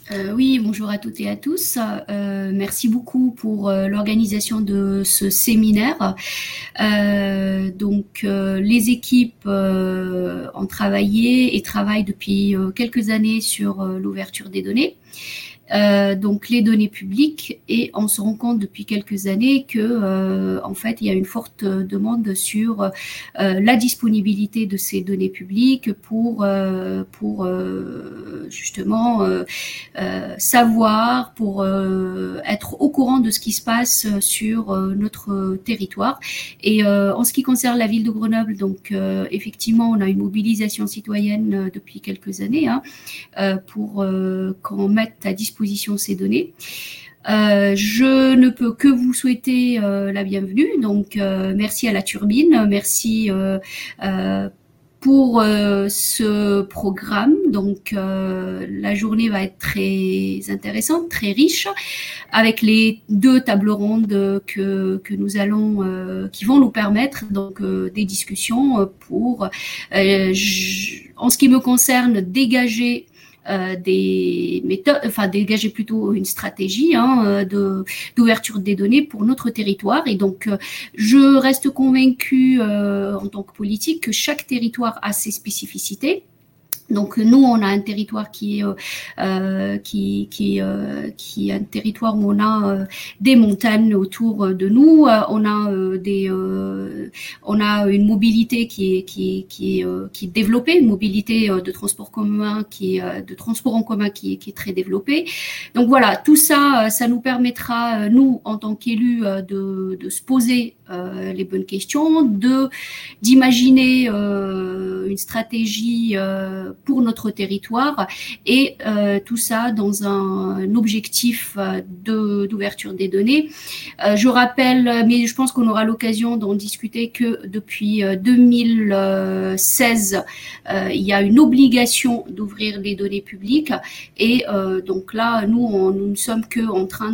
Oui, bonjour à toutes et à tous. Merci beaucoup pour l'organisation de ce séminaire. Les équipes ont travaillé et travaillent depuis quelques années sur l'ouverture des données. Donc les données publiques, et on se rend compte depuis quelques années que en fait il y a une forte demande sur la disponibilité de ces données publiques pour justement savoir, pour être au courant de ce qui se passe sur notre territoire. Et en ce qui concerne la ville de Grenoble, donc effectivement on a une mobilisation citoyenne depuis quelques années, hein, pour qu'on mette à disposition ces données. Je ne peux que vous souhaiter la bienvenue. Donc, merci à la Turbine, merci pour ce programme. Donc, la journée va être très intéressante, très riche, avec les deux tables rondes que nous allons, qui vont nous permettre donc des discussions pour, en ce qui me concerne, dégager des méthodes, enfin dégager plutôt une stratégie d'ouverture des données pour notre territoire. Et donc, je reste convaincue en tant que politique que chaque territoire a ses spécificités. Donc nous, on a un territoire qui est un territoire où on a des montagnes autour de nous. On a une mobilité qui est développée, une mobilité de transport commun de transport en commun qui est très développée. Donc voilà, tout ça, ça nous permettra, nous, en tant qu'élus, de se poser les bonnes questions, d'imaginer une stratégie pour notre territoire, et tout ça dans un objectif d'ouverture des données. Je rappelle, mais je pense qu'on aura l'occasion d'en discuter, que depuis 2016, il y a une obligation d'ouvrir les données publiques, et donc là, nous ne sommes que en train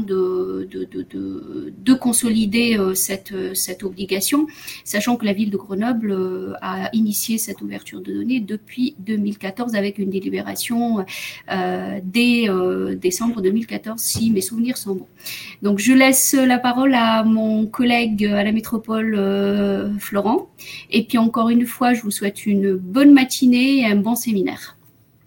de consolider cette obligation, sachant que la ville de Grenoble a initié cette ouverture de données depuis 2014 avec une délibération dès décembre 2014, si mes souvenirs sont bons. Donc je laisse la parole à mon collègue à la métropole, Florent, et puis encore une fois, je vous souhaite une bonne matinée et un bon séminaire.